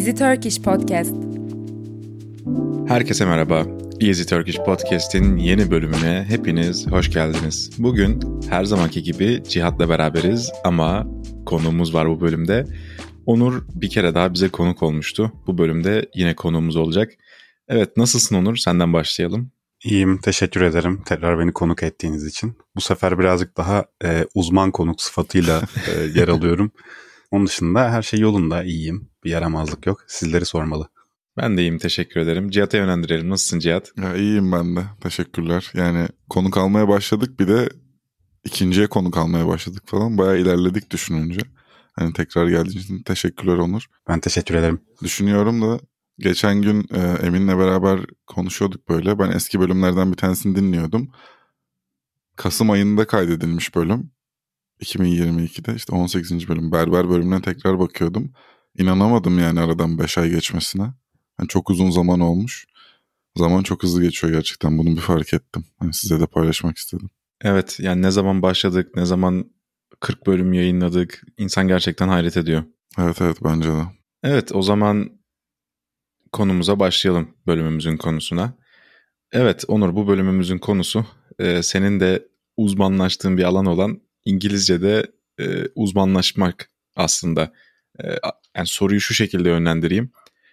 Easy Turkish Podcast. Herkese merhaba. Easy Turkish Podcast'in yeni bölümüne hepiniz hoş geldiniz. Bugün her zamanki gibi Cihat'la beraberiz ama konuğumuz var bu bölümde. Onur bir kere daha bize konuk olmuştu. Bu bölümde yine konuğumuz olacak. Evet, nasılsın Onur? Senden başlayalım. İyiyim, teşekkür ederim tekrar beni konuk ettiğiniz için. Bu sefer birazcık daha uzman konuk sıfatıyla yer alıyorum. Onun dışında her şey yolunda, iyiyim. Bir yaramazlık yok. Sizleri sormalı. Ben de iyiyim, teşekkür ederim. Cihat'a yönlendirelim. Nasılsın Cihat? Ya iyiyim ben de. Teşekkürler. Yani konuk almaya başladık, bir de ikinciye konuk almaya başladık falan. Bayağı ilerledik düşününce. Hani tekrar geldiğin için teşekkürler Onur. Ben teşekkür ederim. Düşünüyorum da geçen gün Emin'le beraber konuşuyorduk böyle. Ben eski bölümlerden bir tanesini dinliyordum. Kasım ayında kaydedilmiş bölüm. 2022'de işte 18. bölüm. Berber bölümüne tekrar bakıyordum. İnanamadım yani aradan 5 ay geçmesine. Yani çok uzun zaman olmuş. Zaman çok hızlı geçiyor gerçekten. Bunu bir fark ettim. Hani size de paylaşmak istedim. Evet, yani ne zaman başladık, ne zaman 40 bölüm yayınladık. İnsan gerçekten hayret ediyor. Evet bence de. Evet, o zaman konumuza başlayalım, bölümümüzün konusuna. Evet Onur, bu bölümümüzün konusu senin de uzmanlaştığın bir alan olan İngilizce'de uzmanlaşmak aslında. Yani soruyu şu şekilde yönlendireyim.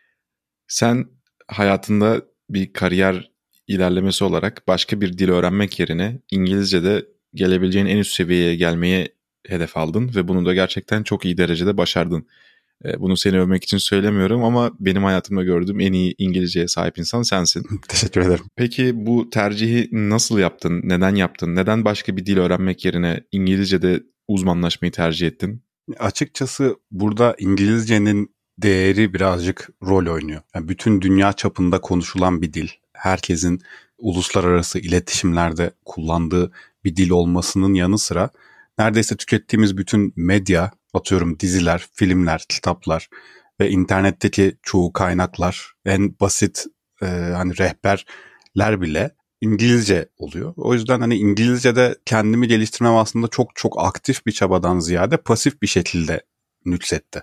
Sen hayatında bir kariyer ilerlemesi olarak başka bir dil öğrenmek yerine İngilizce'de gelebileceğin en üst seviyeye gelmeye hedef aldın ve bunu da gerçekten çok iyi derecede başardın. Bunu seni övmek için söylemiyorum ama benim hayatımda gördüğüm en iyi İngilizceye sahip insan sensin. Teşekkür ederim. Peki bu tercihi nasıl yaptın? Neden yaptın? Neden başka bir dil öğrenmek yerine İngilizce'de uzmanlaşmayı tercih ettin? Açıkçası burada İngilizcenin değeri birazcık rol oynuyor. Yani bütün dünya çapında konuşulan bir dil. Herkesin uluslararası iletişimlerde kullandığı bir dil olmasının yanı sıra neredeyse tükettiğimiz bütün medya, atıyorum diziler, filmler, kitaplar ve internetteki çoğu kaynaklar, en basit hani rehberler bile İngilizce oluyor. O yüzden hani İngilizce'de kendimi geliştirmem aslında çok çok aktif bir çabadan ziyade pasif bir şekilde nüksetti.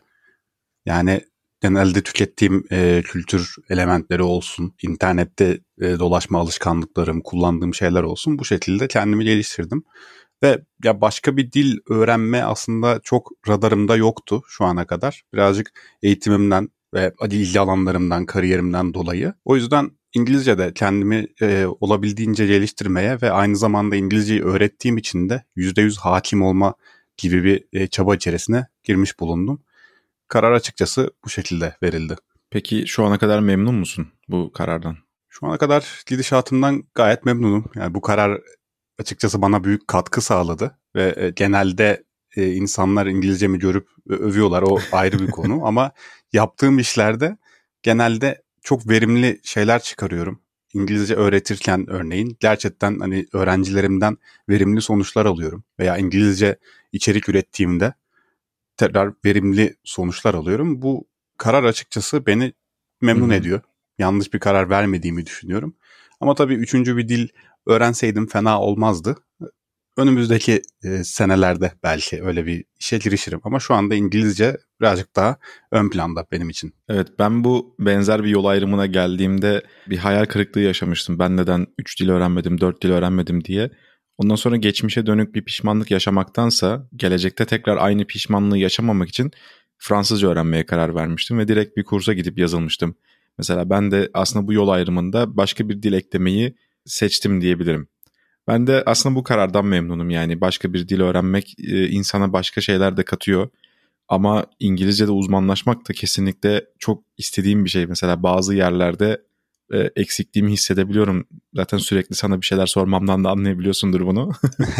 Yani genelde tükettiğim kültür elementleri olsun, internette dolaşma alışkanlıklarım, kullandığım şeyler olsun, bu şekilde kendimi geliştirdim. Ve ya başka bir dil öğrenme aslında çok radarımda yoktu şu ana kadar. Birazcık eğitimimden ve ilgi alanlarımdan, kariyerimden dolayı. O yüzden İngilizce'de kendimi olabildiğince geliştirmeye ve aynı zamanda İngilizceyi öğrettiğim için de %100 hakim olma gibi bir çaba içerisine girmiş bulundum. Karar açıkçası bu şekilde verildi. Peki şu ana kadar memnun musun bu karardan? Şu ana kadar gidişatımdan gayet memnunum. Yani bu karar açıkçası bana büyük katkı sağladı ve genelde insanlar İngilizcemi görüp övüyorlar, o ayrı bir konu ama yaptığım işlerde genelde çok verimli şeyler çıkarıyorum. İngilizce öğretirken örneğin gerçekten hani öğrencilerimden verimli sonuçlar alıyorum veya İngilizce içerik ürettiğimde tekrar verimli sonuçlar alıyorum. Bu karar açıkçası beni memnun ediyor. Yanlış bir karar vermediğimi düşünüyorum. Ama tabii üçüncü bir dil öğrenseydim fena olmazdı. Önümüzdeki senelerde belki öyle bir işe girişirim. Ama şu anda İngilizce birazcık daha ön planda benim için. Evet, ben bu benzer bir yol ayrımına geldiğimde bir hayal kırıklığı yaşamıştım. Ben neden 3 dil öğrenmedim, 4 dil öğrenmedim diye. Ondan sonra geçmişe dönük bir pişmanlık yaşamaktansa gelecekte tekrar aynı pişmanlığı yaşamamak için Fransızca öğrenmeye karar vermiştim ve direkt bir kursa gidip yazılmıştım. Mesela ben de aslında bu yol ayrımında başka bir dil eklemeyi seçtim diyebilirim. Ben de aslında bu karardan memnunum, yani başka bir dil öğrenmek insana başka şeyler de katıyor. Ama İngilizce'de uzmanlaşmak da kesinlikle çok istediğim bir şey. Mesela bazı yerlerde eksikliğimi hissedebiliyorum. Zaten sürekli sana bir şeyler sormamdan da anlayabiliyorsundur bunu.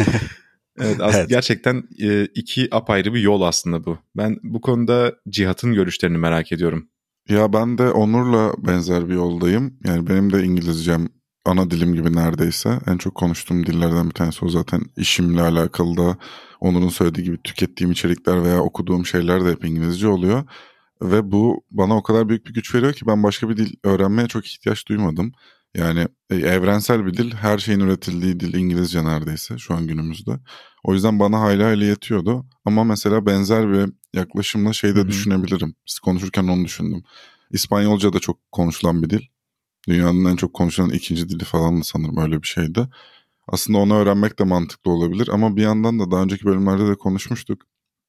Evet, Evet. gerçekten iki apayrı bir yol aslında bu. Ben bu konuda Cihat'ın görüşlerini merak ediyorum. Ya ben de Onur'la benzer bir yoldayım. Yani benim de İngilizcem ana dilim gibi neredeyse. En çok konuştuğum dillerden bir tanesi o zaten. İşimle alakalı da Onur'un söylediği gibi tükettiğim içerikler veya okuduğum şeyler de hep İngilizce oluyor. Ve bu bana o kadar büyük bir güç veriyor ki ben başka bir dil öğrenmeye çok ihtiyaç duymadım. Yani evrensel bir dil, her şeyin üretildiği dil İngilizce neredeyse şu an günümüzde. O yüzden bana hayli hayli yetiyordu. Ama mesela benzer bir yaklaşımla şey de düşünebilirim. Siz konuşurken onu düşündüm. İspanyolca da çok konuşulan bir dil. Dünyanın en çok konuşulan ikinci dili falan da sanırım, öyle bir şeydi. Aslında onu öğrenmek de mantıklı olabilir ama bir yandan da daha önceki bölümlerde de konuşmuştuk.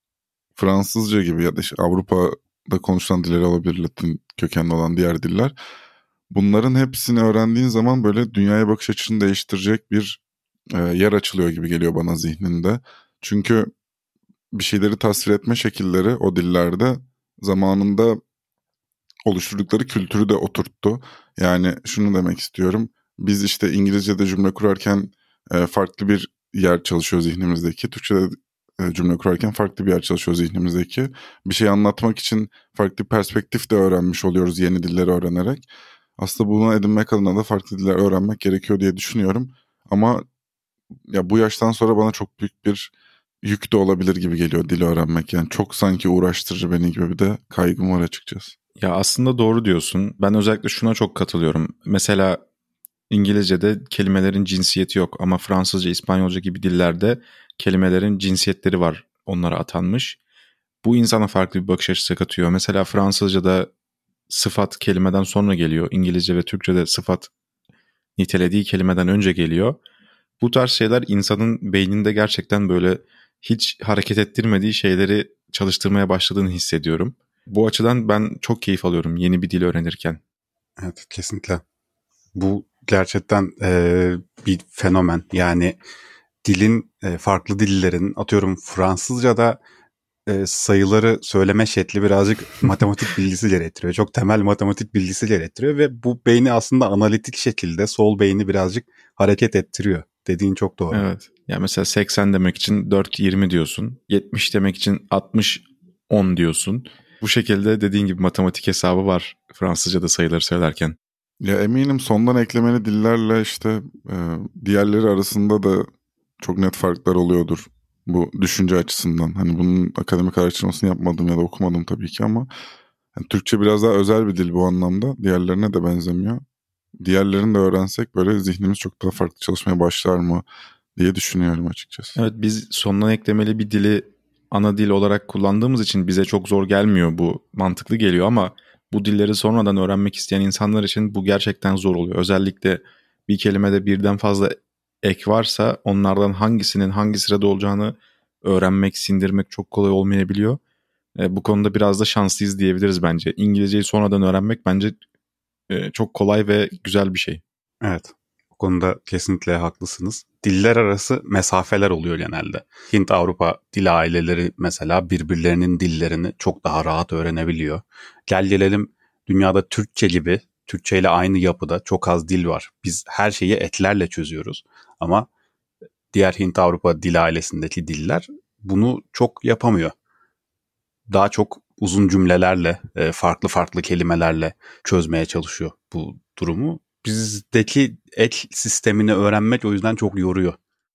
Fransızca gibi ya da işte Avrupa'da konuşulan diller olabilir, Latin kökenli olan diğer diller. Bunların hepsini öğrendiğin zaman böyle dünyaya bakış açını değiştirecek bir yer açılıyor gibi geliyor bana zihninde. Çünkü bir şeyleri tasvir etme şekilleri o dillerde zamanında oluşturdukları kültürü de oturttu. Yani şunu demek istiyorum. Biz işte İngilizce'de cümle kurarken farklı bir yer çalışıyor zihnimizdeki. Türkçe'de cümle kurarken farklı bir yer çalışıyor zihnimizdeki. Bir şey anlatmak için farklı perspektif de öğrenmiş oluyoruz yeni dilleri öğrenerek. Aslında bunu edinmek adına da farklı diller öğrenmek gerekiyor diye düşünüyorum. Ama ya bu yaştan sonra bana çok büyük bir yük de olabilir gibi geliyor dil öğrenmek. Yani çok sanki uğraştırıcı beni gibi, bir de kaygım var açıkçası. Ya aslında doğru diyorsun. Ben özellikle şuna çok katılıyorum. Mesela İngilizce'de kelimelerin cinsiyeti yok ama Fransızca, İspanyolca gibi dillerde kelimelerin cinsiyetleri var, onlara atanmış. Bu insana farklı bir bakış açısı katıyor. Mesela Fransızca'da sıfat kelimeden sonra geliyor. İngilizce ve Türkçe'de sıfat nitelediği kelimeden önce geliyor. Bu tarz şeyler insanın beyninde gerçekten böyle hiç hareket ettirmediği şeyleri çalıştırmaya başladığını hissediyorum. Bu açıdan ben çok keyif alıyorum yeni bir dil öğrenirken. Evet, kesinlikle. Bu gerçekten bir fenomen. Yani dilin, farklı dillerin, atıyorum Fransızca'da sayıları söyleme şekli birazcık matematik bilgisi gerektiriyor. Çok temel matematik bilgisi gerektiriyor ve bu beyni aslında analitik şekilde, sol beyni birazcık hareket ettiriyor. Dediğin çok doğru. Evet. Ya mesela 80 demek için 4-20 diyorsun. 70 demek için 60-10 diyorsun. Bu şekilde dediğin gibi matematik hesabı var Fransızca'da sayıları söylerken. Ya eminim sondan eklemeli dillerle işte diğerleri arasında da çok net farklar oluyordur bu düşünce açısından. Hani bunun akademik araştırmasını yapmadım ya da okumadım tabii ki ama yani Türkçe biraz daha özel bir dil bu anlamda. Diğerlerine de benzemiyor. Diğerlerini de öğrensek böyle zihnimiz çok daha farklı çalışmaya başlar mı diye düşünüyorum açıkçası. Evet, biz sondan eklemeli bir dili ana dil olarak kullandığımız için bize çok zor gelmiyor bu. Mantıklı geliyor ama bu dilleri sonradan öğrenmek isteyen insanlar için bu gerçekten zor oluyor. Özellikle bir kelimede birden fazla ek varsa onlardan hangisinin hangi sırada olacağını öğrenmek, sindirmek çok kolay olmayabiliyor. Bu konuda biraz da şanslıyız diyebiliriz bence. İngilizceyi sonradan öğrenmek bence çok kolay ve güzel bir şey. Evet. Bu konuda kesinlikle haklısınız. Diller arası mesafeler oluyor genelde. Hint-Avrupa dil aileleri mesela birbirlerinin dillerini çok daha rahat öğrenebiliyor. Gel gelelim dünyada Türkçe gibi, Türkçe ile aynı yapıda çok az dil var. Biz her şeyi eklerle çözüyoruz. Ama diğer Hint-Avrupa dil ailesindeki diller bunu çok yapamıyor. Daha çok uzun cümlelerle, farklı farklı kelimelerle çözmeye çalışıyor bu durumu. Bizdeki ek sistemini öğrenmek o yüzden çok yoruyor.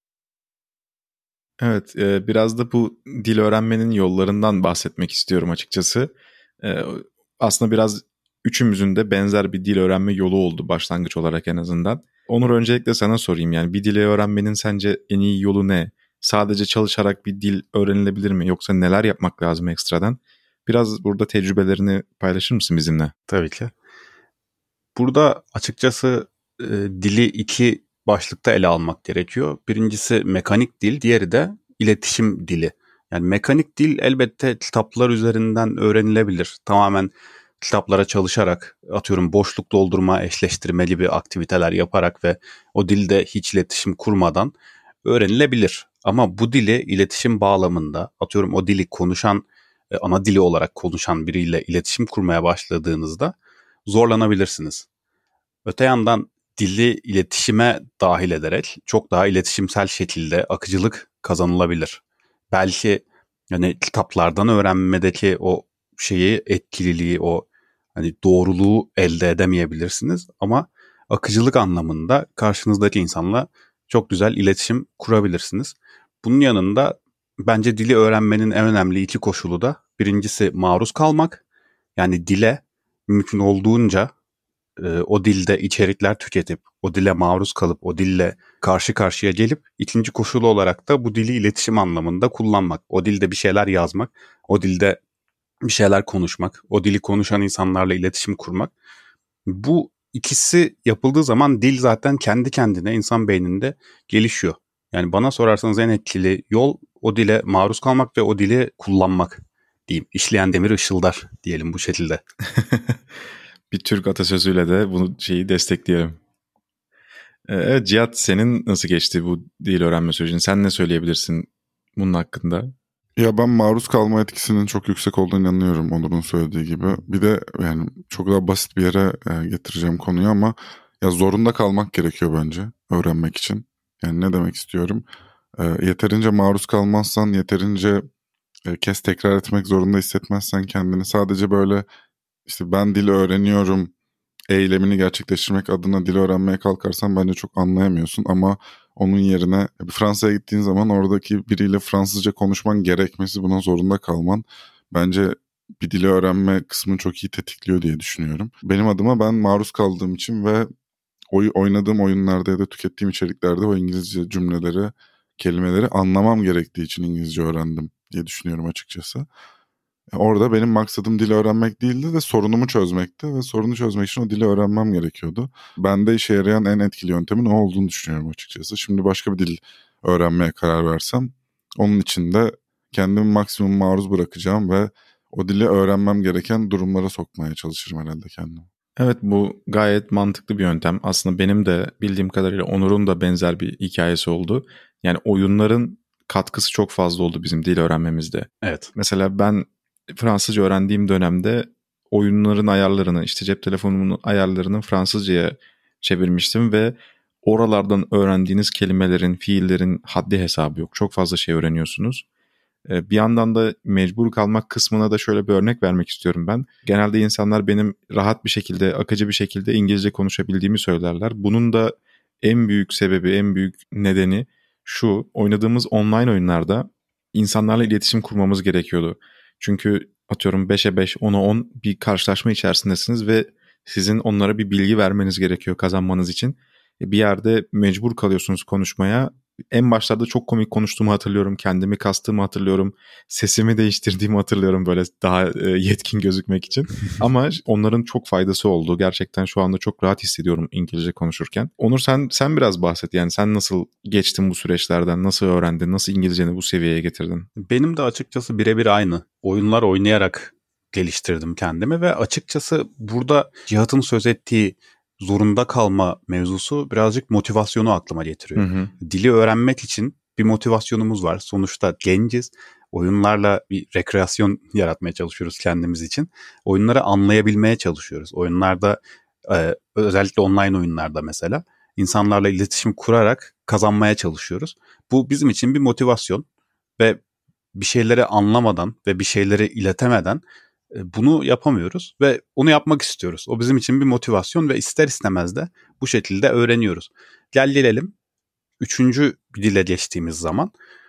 Evet, biraz da bu dil öğrenmenin yollarından bahsetmek istiyorum açıkçası. Aslında biraz üçümüzün de benzer bir dil öğrenme yolu oldu başlangıç olarak en azından. Onur, öncelikle sana sorayım, yani bir dili öğrenmenin sence en iyi yolu ne? Sadece çalışarak bir dil öğrenilebilir mi? Yoksa neler yapmak lazım ekstradan? Biraz burada tecrübelerini paylaşır mısın bizimle? Tabii ki. Burada açıkçası dili iki başlıkta ele almak gerekiyor. Birincisi mekanik dil, diğeri de iletişim dili. Yani mekanik dil elbette kitaplar üzerinden öğrenilebilir. Tamamen kitaplara çalışarak, atıyorum boşluk doldurma, eşleştirme gibi aktiviteler yaparak ve o dilde hiç iletişim kurmadan öğrenilebilir. Ama bu dili iletişim bağlamında, atıyorum o dili konuşan, ana dili olarak konuşan biriyle iletişim kurmaya başladığınızda zorlanabilirsiniz. Öte yandan dili iletişime dahil ederek çok daha iletişimsel şekilde akıcılık kazanılabilir. Belki yani kitaplardan öğrenmedeki o şeyi, etkililiği, o hani doğruluğu elde edemeyebilirsiniz ama akıcılık anlamında karşınızdaki insanla çok güzel iletişim kurabilirsiniz. Bunun yanında bence dili öğrenmenin en önemli iki koşulu da birincisi maruz kalmak. Yani dile mümkün olduğunca o dilde içerikler tüketip, o dile maruz kalıp, o dille karşı karşıya gelip, ikinci koşulu olarak da bu dili iletişim anlamında kullanmak. O dilde bir şeyler yazmak, o dilde bir şeyler konuşmak, o dili konuşan insanlarla iletişim kurmak. Bu ikisi yapıldığı zaman dil zaten kendi kendine insan beyninde gelişiyor. Yani bana sorarsanız en etkili yol o dile maruz kalmak ve o dili kullanmak diyeyim. İşleyen demir ışıldar diyelim bu şekilde. Bir Türk atasözüyle de bunu destekleyelim. Evet Cihat, senin nasıl geçti bu dil öğrenme sürecini? Sen ne söyleyebilirsin bunun hakkında? Ya ben maruz kalma etkisinin çok yüksek olduğunu inanıyorum Onur'un söylediği gibi. Bir de yani çok daha basit bir yere getireceğim konuyu ama ya zorunda kalmak gerekiyor bence öğrenmek için. Yani ne demek istiyorum? Yeterince maruz kalmazsan, yeterince kez tekrar etmek zorunda hissetmezsen kendini, sadece böyle işte ben dili öğreniyorum eylemini gerçekleştirmek adına dil öğrenmeye kalkarsan bence çok anlayamıyorsun. Ama onun yerine Fransa'ya gittiğin zaman oradaki biriyle Fransızca konuşman gerekmesi, buna zorunda kalman bence bir dili öğrenme kısmını çok iyi tetikliyor diye düşünüyorum. Benim adıma ben maruz kaldığım için ve oynadığım oyunlarda ya da tükettiğim içeriklerde o İngilizce cümleleri, kelimeleri anlamam gerektiği için İngilizce öğrendim diye düşünüyorum açıkçası. Orada benim maksadım dili öğrenmek değildi de sorunumu çözmekti ve sorunu çözmek için o dili öğrenmem gerekiyordu. Bende işe yarayan en etkili yöntemin o olduğunu düşünüyorum açıkçası. Şimdi başka bir dil öğrenmeye karar versem onun için de kendimi maksimum maruz bırakacağım ve o dili öğrenmem gereken durumlara sokmaya çalışırım herhalde kendimi. Evet, bu gayet mantıklı bir yöntem. Aslında benim de bildiğim kadarıyla Onur'un da benzer bir hikayesi oldu. Yani oyunların katkısı çok fazla oldu bizim dil öğrenmemizde. Evet. Mesela ben Fransızca öğrendiğim dönemde oyunların ayarlarını, işte cep telefonumun ayarlarını Fransızcaya çevirmiştim ve oralardan öğrendiğiniz kelimelerin, fiillerin haddi hesabı yok. Çok fazla şey öğreniyorsunuz. Bir yandan da mecbur kalmak kısmına da şöyle bir örnek vermek istiyorum ben. Genelde insanlar benim rahat bir şekilde, akıcı bir şekilde İngilizce konuşabildiğimi söylerler. Bunun da en büyük sebebi, en büyük nedeni şu: oynadığımız online oyunlarda insanlarla iletişim kurmamız gerekiyordu. Çünkü atıyorum 5'e 5, 10'a 10 bir karşılaşma içerisindesiniz ve sizin onlara bir bilgi vermeniz gerekiyor kazanmanız için. Bir yerde mecbur kalıyorsunuz konuşmaya. En başlarda çok komik konuştuğumu hatırlıyorum. Kendimi kastığımı hatırlıyorum. Sesimi değiştirdiğimi hatırlıyorum böyle daha yetkin gözükmek için. Ama onların çok faydası oldu. Gerçekten şu anda çok rahat hissediyorum İngilizce konuşurken. Onur, sen biraz bahset. Yani sen nasıl geçtin bu süreçlerden? Nasıl öğrendin? Nasıl İngilizceni bu seviyeye getirdin? Benim de açıkçası birebir aynı. Oyunlar oynayarak geliştirdim kendimi ve açıkçası burada Cihat'ın söz ettiği zorunda kalma mevzusu birazcık motivasyonu aklıma getiriyor. Hı hı. Dili öğrenmek için bir motivasyonumuz var. Sonuçta genciz. Oyunlarla bir rekreasyon yaratmaya çalışıyoruz kendimiz için. Oyunları anlayabilmeye çalışıyoruz. Oyunlarda özellikle online oyunlarda mesela insanlarla iletişim kurarak kazanmaya çalışıyoruz. Bu bizim için bir motivasyon ve bir şeyleri anlamadan ve bir şeyleri iletemeden bunu yapamıyoruz ve onu yapmak istiyoruz. O bizim için bir motivasyon ve ister istemez de bu şekilde öğreniyoruz. Gelelim 3. bir dile geçtiğimiz zaman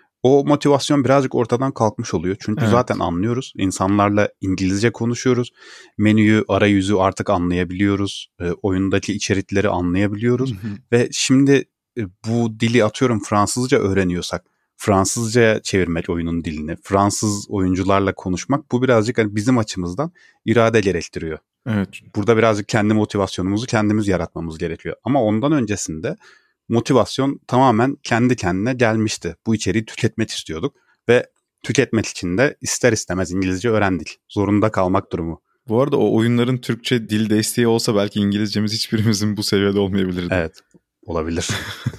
o motivasyon birazcık ortadan kalkmış oluyor. Çünkü Evet. zaten anlıyoruz. İnsanlarla İngilizce konuşuyoruz. Menüyü, arayüzü artık anlayabiliyoruz. Oyundaki içerikleri anlayabiliyoruz. Ve şimdi bu dili atıyorum Fransızca öğreniyorsak Fransızcaya çevirmek oyunun dilini, Fransız oyuncularla konuşmak, bu birazcık bizim açımızdan irade gerektiriyor. Evet. Burada birazcık kendi motivasyonumuzu kendimiz yaratmamız gerekiyor. Ama ondan öncesinde motivasyon tamamen kendi kendine gelmişti. Bu içeriği tüketmek istiyorduk ve tüketmek için de ister istemez İngilizce öğrendik. Zorunda kalmak durumu. Bu arada o oyunların Türkçe dil desteği olsa belki İngilizcemiz hiçbirimizin bu seviyede olmayabilirdi. Evet, olabilir.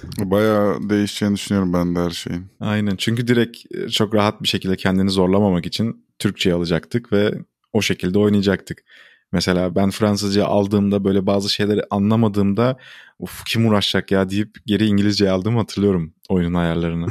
Bayağı değişeceğini düşünüyorum ben de her şeyin. Aynen, çünkü direkt çok rahat bir şekilde kendini zorlamamak için Türkçe'ye alacaktık ve o şekilde oynayacaktık. Mesela ben Fransızca aldığımda böyle bazı şeyleri anlamadığımda kim uğraşacak ya deyip geri İngilizce'ye aldığımı hatırlıyorum oyunun ayarlarını.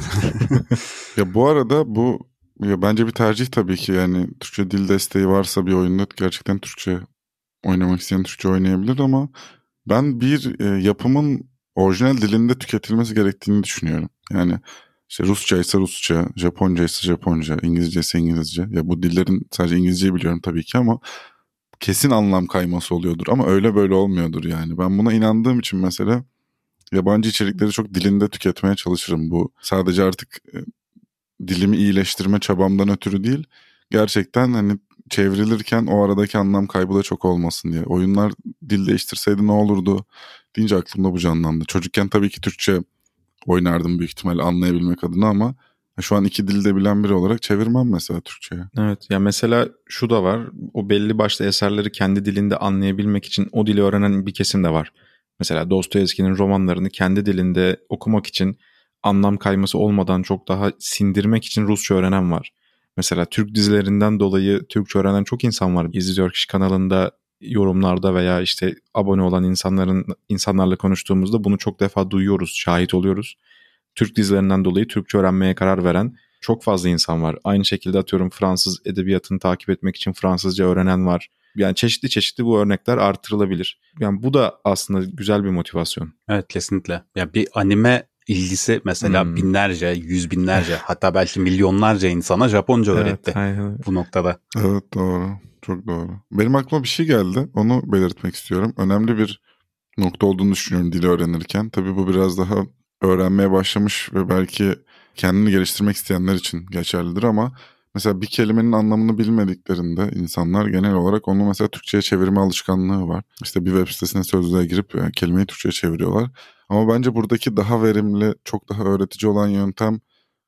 Ya bu arada bu bence bir tercih tabii ki, yani Türkçe dil desteği varsa bir oyunda gerçekten Türkçe oynamak isteyen Türkçe oynayabilir ama ben bir yapımın orijinal dilinde tüketilmesi gerektiğini düşünüyorum. Yani işte Rusça ise Rusça, Japonca ise Japonca, İngilizce ise İngilizce. Ya bu dillerin sadece İngilizceyi biliyorum tabii ki ama kesin anlam kayması oluyordur ama öyle böyle olmuyordur yani. Ben buna inandığım için mesela yabancı içerikleri çok dilinde tüketmeye çalışırım. Bu sadece artık dilimi iyileştirme çabamdan ötürü değil. Gerçekten hani çevrilirken o aradaki anlam kaybı da çok olmasın diye. Oyunlar dil değiştirseydi ne olurdu deyince aklımda bu canlandı. Çocukken tabii ki Türkçe oynardım büyük ihtimalle anlayabilmek adına ama şu an iki dilde bilen biri olarak çevirmem mesela Türkçe'ye. Evet ya mesela şu da var. O belli başlı eserleri kendi dilinde anlayabilmek için o dili öğrenen bir kesim de var. Mesela Dostoyevski'nin romanlarını kendi dilinde okumak için anlam kayması olmadan çok daha sindirmek için Rusça öğrenen var. Mesela Türk dizilerinden dolayı Türkçe öğrenen çok insan var. İzliyor Kişi kanalında yorumlarda veya işte abone olan insanlarla konuştuğumuzda bunu çok defa duyuyoruz, şahit oluyoruz. Türk dizilerinden dolayı Türkçe öğrenmeye karar veren çok fazla insan var. Aynı şekilde atıyorum Fransız edebiyatını takip etmek için Fransızca öğrenen var. Yani çeşitli çeşitli bu örnekler artırılabilir. Yani bu da aslında güzel bir motivasyon. Evet kesinlikle. Ya bir anime ilgisi mesela binlerce, yüz binlerce hatta belki milyonlarca insana Japonca öğretti bu noktada. Evet doğru. Çok doğru. Benim aklıma bir şey geldi. Onu belirtmek istiyorum. Önemli bir nokta olduğunu düşünüyorum dili öğrenirken. Tabii bu biraz daha öğrenmeye başlamış ve belki kendini geliştirmek isteyenler için geçerlidir ama mesela bir kelimenin anlamını bilmediklerinde insanlar genel olarak onu mesela Türkçe'ye çevirme alışkanlığı var. İşte bir web sitesine sözlüğe girip kelimeyi Türkçe'ye çeviriyorlar. Ama bence buradaki daha verimli, çok daha öğretici olan yöntem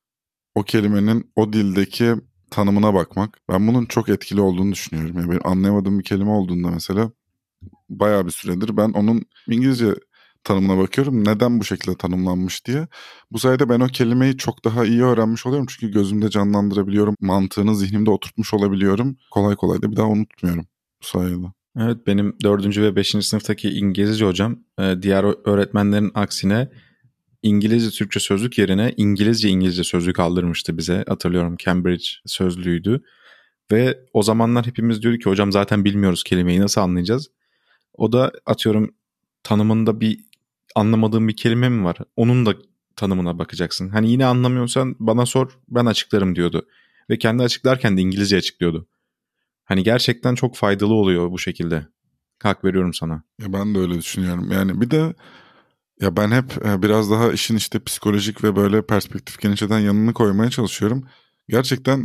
o kelimenin o dildeki tanımına bakmak. Ben bunun çok etkili olduğunu düşünüyorum. Yani benim anlayamadığım bir kelime olduğunda mesela bayağı bir süredir ben onun İngilizce tanımına bakıyorum. Neden bu şekilde tanımlanmış diye. Bu sayede ben o kelimeyi çok daha iyi öğrenmiş oluyorum. Çünkü gözümde canlandırabiliyorum. Mantığını zihnimde oturtmuş olabiliyorum. Kolay kolay da bir daha unutmuyorum bu sayede. Evet benim 4. ve 5. sınıftaki İngilizce hocam diğer öğretmenlerin aksine İngilizce Türkçe sözlük yerine İngilizce sözlük aldırmıştı bize. Hatırlıyorum Cambridge sözlüğüydü. Ve o zamanlar hepimiz diyorduk ki hocam zaten bilmiyoruz kelimeyi nasıl anlayacağız? O da atıyorum tanımında bir anlamadığım bir kelime mi var? Onun da tanımına bakacaksın. Hani yine anlamıyorsan bana sor ben açıklarım diyordu. Ve kendi açıklarken de İngilizce açıklıyordu. Hani gerçekten çok faydalı oluyor bu şekilde. Hak veriyorum sana. Ya ben de öyle düşünüyorum. Yani bir de ya ben hep biraz daha işin işte psikolojik ve böyle perspektif genişleten yanını koymaya çalışıyorum. Gerçekten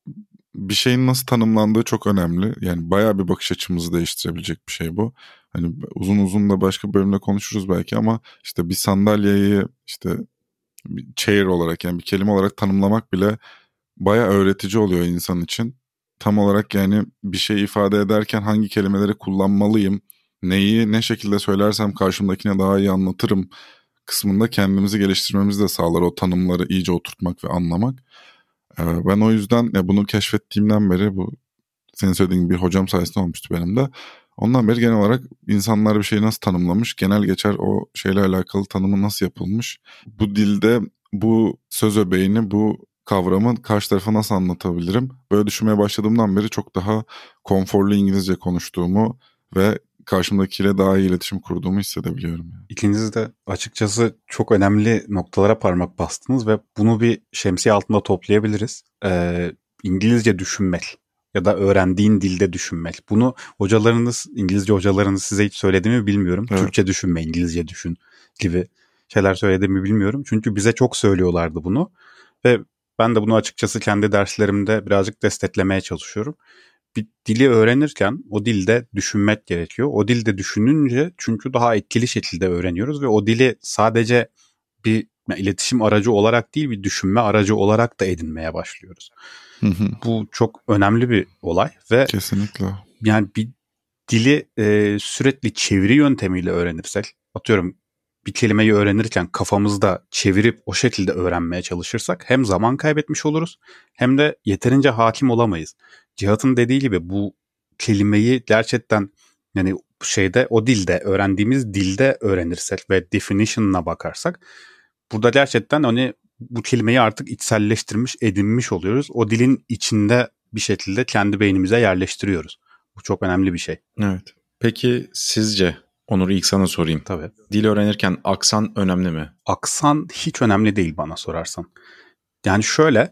bir şeyin nasıl tanımlandığı çok önemli. Yani bayağı bir bakış açımızı değiştirebilecek bir şey bu. Hani uzun uzun da başka bölümde konuşuruz belki ama işte bir sandalyeyi işte bir chair olarak yani bir kelime olarak tanımlamak bile bayağı öğretici oluyor insan için. Tam olarak yani bir şey ifade ederken hangi kelimeleri kullanmalıyım, neyi ne şekilde söylersem karşımdakine daha iyi anlatırım kısmında kendimizi geliştirmemizi de sağlar o tanımları iyice oturtmak ve anlamak. Ben o yüzden bunu keşfettiğimden beri bu senin söylediğin gibi bir hocam sayesinde olmuştu benim de. Ondan beri genel olarak insanlar bir şeyi nasıl tanımlamış, genel geçer o şeyle alakalı tanımı nasıl yapılmış, bu dilde bu söz öbeğini, bu kavramı karşı tarafa nasıl anlatabilirim? Böyle düşünmeye başladığımdan beri çok daha konforlu İngilizce konuştuğumu ve karşımdakiyle daha iyi iletişim kurduğumu hissedebiliyorum. Yani. İkiniz de açıkçası çok önemli noktalara parmak bastınız ve bunu bir şemsiye altında toplayabiliriz. İngilizce düşünmek ya da öğrendiğin dilde düşünmek. Bunu İngilizce hocalarınız size hiç söyledi mi bilmiyorum. Evet. Türkçe düşünme, İngilizce düşün gibi şeyler söyledi mi bilmiyorum. Çünkü bize çok söylüyorlardı bunu ve ben de bunu açıkçası kendi derslerimde birazcık desteklemeye çalışıyorum. Bir dili öğrenirken o dilde düşünmek gerekiyor. O dilde düşününce çünkü daha etkili şekilde öğreniyoruz ve o dili sadece bir iletişim aracı olarak değil bir düşünme aracı olarak da edinmeye başlıyoruz. Bu çok önemli bir olay ve kesinlikle. Yani bir dili sürekli çeviri yöntemiyle öğrenirsek, atıyorum bir kelimeyi öğrenirken kafamızda çevirip o şekilde öğrenmeye çalışırsak hem zaman kaybetmiş oluruz hem de yeterince hakim olamayız. Cihat'ın dediği gibi bu kelimeyi gerçekten yani o dilde öğrendiğimiz dilde öğrenirsek ve definition'ına bakarsak burada gerçekten hani bu kelimeyi artık içselleştirmiş, edinmiş oluyoruz. O dilin içinde bir şekilde kendi beynimize yerleştiriyoruz. Bu çok önemli bir şey. Evet. Peki sizce Onur ilk sana sorayım. Tabii. Dil öğrenirken aksan önemli mi? Aksan hiç önemli değil bana sorarsan. Yani şöyle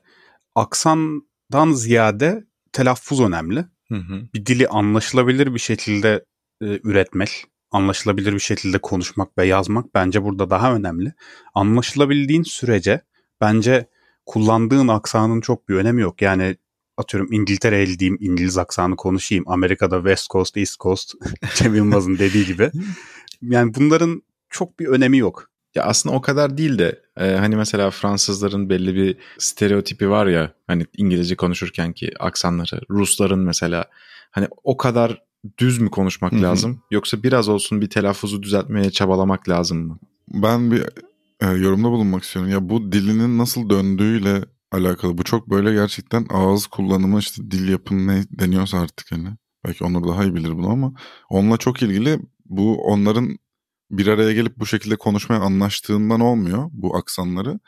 aksandan ziyade telaffuz önemli. Bir dili anlaşılabilir bir şekilde üretmek, anlaşılabilir bir şekilde konuşmak ve yazmak bence burada daha önemli. Anlaşılabildiğin sürece bence kullandığın aksanın çok bir önemi yok. Yani atıyorum İngiltere'li diyeyim, İngiliz aksanı konuşayım. Amerika'da West Coast, East Coast, Cem Yılmaz'ın dediği gibi. Yani bunların çok bir önemi yok. Ya aslında o kadar değil de hani mesela Fransızların belli bir stereotipi var ya hani İngilizce konuşurken ki aksanları, Rusların mesela hani o kadar düz mü konuşmak lazım yoksa biraz olsun bir telaffuzu düzeltmeye çabalamak lazım mı? Ben bir yorumda bulunmak istiyorum. Ya bu dilinin nasıl döndüğüyle alakalı. Bu çok böyle gerçekten ağız kullanımı, işte dil yapımı ne deniyorsa artık hani. Belki Onur daha iyi bilir bunu ama onunla çok ilgili. Bu onların bir araya gelip bu şekilde konuşmaya anlaştığından olmuyor bu aksanları.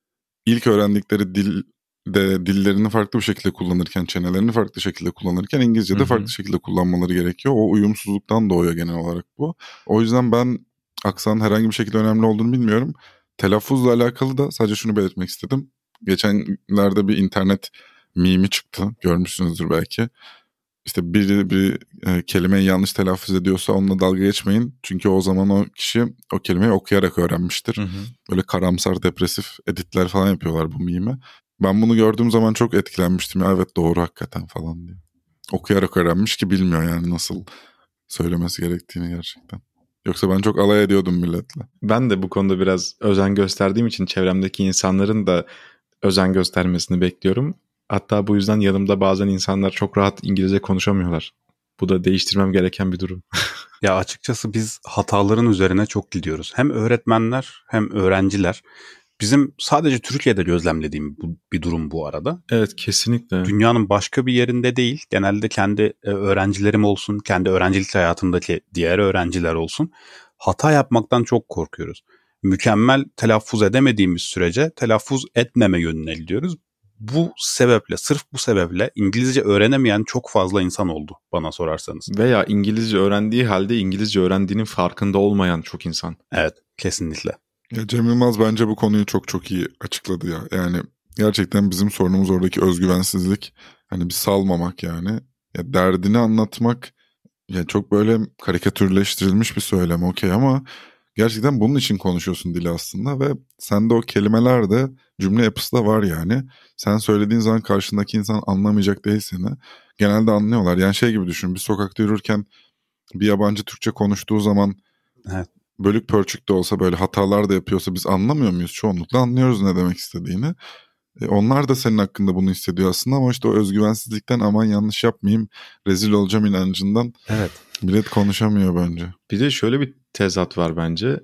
İlk öğrendikleri dilde dillerini farklı bir şekilde kullanırken, çenelerini farklı şekilde kullanırken İngilizce'de farklı şekilde kullanmaları gerekiyor. O uyumsuzluktan doğuyor genel olarak bu. O yüzden ben aksanın herhangi bir şekilde önemli olduğunu bilmiyorum. Telaffuzla alakalı da sadece şunu belirtmek istedim. Geçenlerde bir internet mimi çıktı. Görmüşsünüzdür belki. İşte biri bir kelimeyi yanlış telaffuz ediyorsa onunla dalga geçmeyin. Çünkü o zaman o kişi o kelimeyi okuyarak öğrenmiştir. Böyle karamsar, depresif editler falan yapıyorlar bu mime. Ben bunu gördüğüm zaman çok etkilenmiştim. Ya, evet doğru hakikaten falan diye. Okuyarak öğrenmiş ki bilmiyor yani nasıl söylemesi gerektiğini gerçekten. Yoksa ben çok alay ediyordum milletle. Ben de bu konuda biraz özen gösterdiğim için çevremdeki insanların da özen göstermesini bekliyorum. Hatta bu yüzden yanımda bazen insanlar çok rahat İngilizce konuşamıyorlar. Bu da değiştirmem gereken bir durum. Ya açıkçası biz hataların üzerine çok gidiyoruz. Hem öğretmenler hem öğrenciler. Bizim sadece Türkiye'de gözlemlediğim bir durum bu arada. Evet, kesinlikle. Dünyanın başka bir yerinde değil. Genelde kendi öğrencilerim olsun, kendi öğrencilik hayatımdaki diğer öğrenciler olsun. Hata yapmaktan çok korkuyoruz. Mükemmel telaffuz edemediğimiz sürece telaffuz etmeme yönüne gidiyoruz. Bu sebeple, sırf bu sebeple İngilizce öğrenemeyen çok fazla insan oldu bana sorarsanız. Veya İngilizce öğrendiği halde İngilizce öğrendiğinin farkında olmayan çok insan. Evet, kesinlikle. Ya Cem Yılmaz bence bu konuyu çok çok iyi açıkladı ya. Yani gerçekten bizim sorunumuz oradaki özgüvensizlik. Hani bir salmamak yani. Ya derdini anlatmak ya çok böyle karikatürleştirilmiş bir söylem okey ama gerçekten bunun için konuşuyorsun dili aslında ve sende o kelimeler de cümle yapısı da var yani. Sen söylediğin zaman karşındaki insan anlamayacak değil seni. Genelde anlıyorlar. Yani şey gibi düşün, bir sokakta yürürken bir yabancı Türkçe konuştuğu zaman evet, bölük pörçük de olsa böyle hatalar da yapıyorsa biz anlamıyor muyuz? Çoğunlukla anlıyoruz ne demek istediğini. Onlar da senin hakkında bunu hissediyor aslında ama işte o özgüvensizlikten aman yanlış yapmayayım, rezil olacağım inancından evet. millet konuşamıyor bence. Bir de şöyle bir tezat var bence.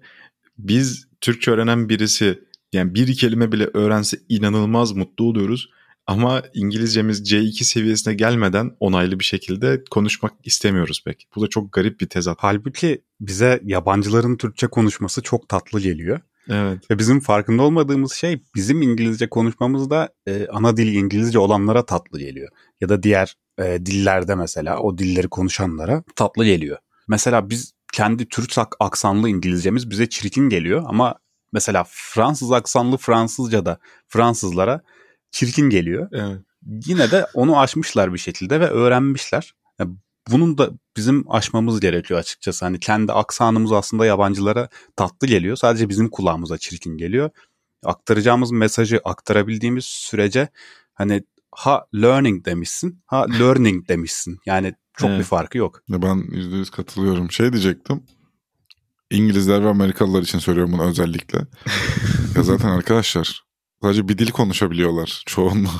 Biz Türkçe öğrenen birisi yani bir kelime bile öğrense inanılmaz mutlu oluyoruz. Ama İngilizcemiz C2 seviyesine gelmeden onaylı bir şekilde konuşmak istemiyoruz pek. Bu da çok garip bir tezat. Halbuki bize yabancıların Türkçe konuşması çok tatlı geliyor. Evet. Ve bizim farkında olmadığımız şey bizim İngilizce konuşmamız da ana dili İngilizce olanlara tatlı geliyor. Ya da diğer dillerde mesela o dilleri konuşanlara tatlı geliyor. Mesela biz kendi Türk aksanlı İngilizcemiz bize çirkin geliyor ama mesela Fransız aksanlı Fransızca da Fransızlara çirkin geliyor. Evet. Yine de onu aşmışlar bir şekilde ve öğrenmişler. Yani bunun da bizim aşmamız gerekiyor açıkçası. Hani kendi aksanımız aslında yabancılara tatlı geliyor. Sadece bizim kulağımıza çirkin geliyor. Aktaracağımız mesajı aktarabildiğimiz sürece hani ha learning demişsin, ha learning demişsin. Yani çok bir farkı yok. Ben %100 katılıyorum. Şey diyecektim. İngilizler ve Amerikalılar için söylüyorum bunu özellikle. Ya zaten arkadaşlar sadece bir dil konuşabiliyorlar çoğunluğu.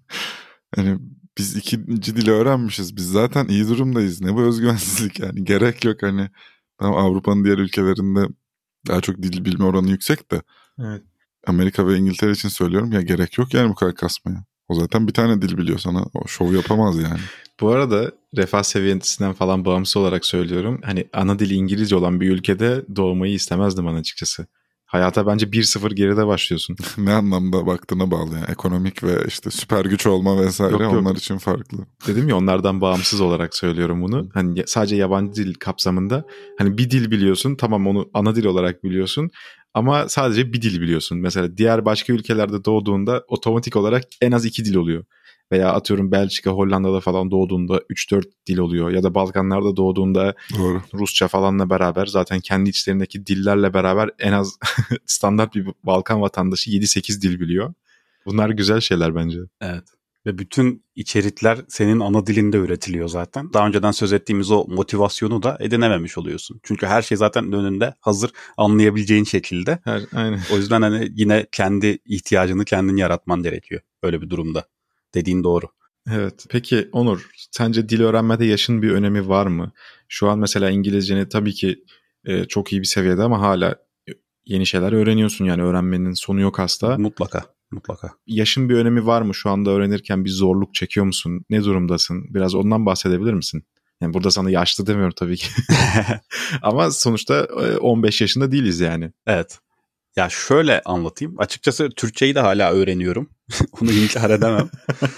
Hani biz ikinci dili öğrenmişiz. Biz zaten iyi durumdayız. Ne bu özgüvensizlik yani. Gerek yok hani. Tamam, Avrupa'nın diğer ülkelerinde daha çok dil bilme oranı yüksek de. Evet. Amerika ve İngiltere için söylüyorum ya, gerek yok yani bu kadar kasmaya. O zaten bir tane dil biliyor, sana o şov yapamaz yani. Bu arada refah seviyesinden falan bağımsız olarak söylüyorum. Hani ana dili İngilizce olan bir ülkede doğmayı istemezdim ben açıkçası. Hayata bence 1-0 geride başlıyorsun. Ne anlamda baktığına bağlı yani. Ekonomik ve işte süper güç olma vesaire Yok. onlar için farklı. Dedim ya onlardan bağımsız olarak söylüyorum bunu. Hani sadece yabancı dil kapsamında hani bir dil biliyorsun, tamam onu ana dil olarak biliyorsun ama sadece bir dil biliyorsun. Mesela diğer başka ülkelerde doğduğunda otomatik olarak en az 2 dil oluyor. Veya atıyorum Belçika, Hollanda'da falan doğduğunda 3-4 dil oluyor. Ya da Balkanlarda doğduğunda Doğru. Rusça falanla beraber zaten kendi içlerindeki dillerle beraber en az standart bir Balkan vatandaşı 7-8 dil biliyor. Bunlar güzel şeyler bence. Evet. Ve bütün içerikler senin ana dilinde üretiliyor zaten. Daha önceden söz ettiğimiz o motivasyonu da edinememiş oluyorsun. Çünkü her şey zaten önünde hazır, anlayabileceğin şekilde. Aynen. O yüzden hani yine kendi ihtiyacını kendin yaratman gerekiyor öyle bir durumda. Dediğin doğru. Evet. Peki Onur, sence dil öğrenmede yaşın bir önemi var mı? Şu an mesela İngilizceni tabii ki çok iyi bir seviyede ama hala yeni şeyler öğreniyorsun, yani öğrenmenin sonu yok asla. Mutlaka. Yaşın bir önemi var mı? Şu anda öğrenirken bir zorluk çekiyor musun? Ne durumdasın? Biraz ondan bahsedebilir misin? Yani burada sana yaşlı demiyorum tabii ki. Ama sonuçta 15 yaşında değiliz yani. Evet. Ya şöyle anlatayım. Açıkçası Türkçeyi de hala öğreniyorum. Onu inkar edemem.